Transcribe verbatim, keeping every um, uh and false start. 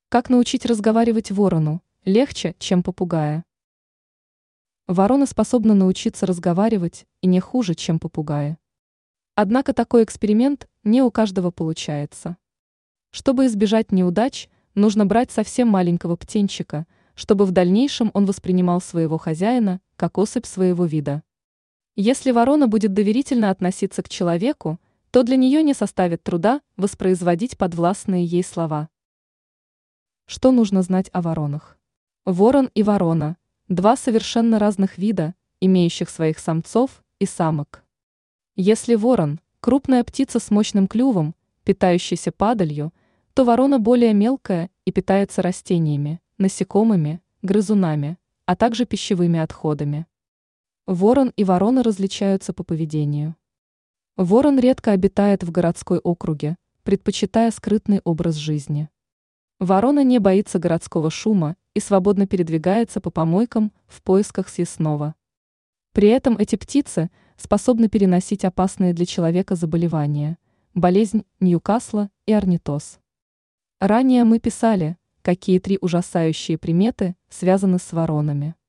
Как научить разговаривать ворону легче, чем попугая? Ворона способна научиться разговаривать и не хуже, чем попугаи. Однако такой эксперимент не у каждого получается. Чтобы избежать неудач, нужно брать совсем маленького птенчика, чтобы в дальнейшем он воспринимал своего хозяина как особь своего вида. Если ворона будет доверительно относиться к человеку, то для нее не составит труда воспроизводить подвластные ей слова. Что нужно знать о воронах? Ворон и ворона – два совершенно разных вида, имеющих своих самцов и самок. Если ворон – крупная птица с мощным клювом, питающаяся падалью, то ворона более мелкая и питается растениями, насекомыми, грызунами, а также пищевыми отходами. Ворон и ворона различаются по поведению. Ворон редко обитает в городской округе, предпочитая скрытный образ жизни. Ворона не боится городского шума и свободно передвигается по помойкам в поисках съестного. При этом эти птицы способны переносить опасные для человека заболевания – болезнь Ньюкасла и орнитоз. Ранее мы писали, какие три ужасающие приметы связаны с воронами.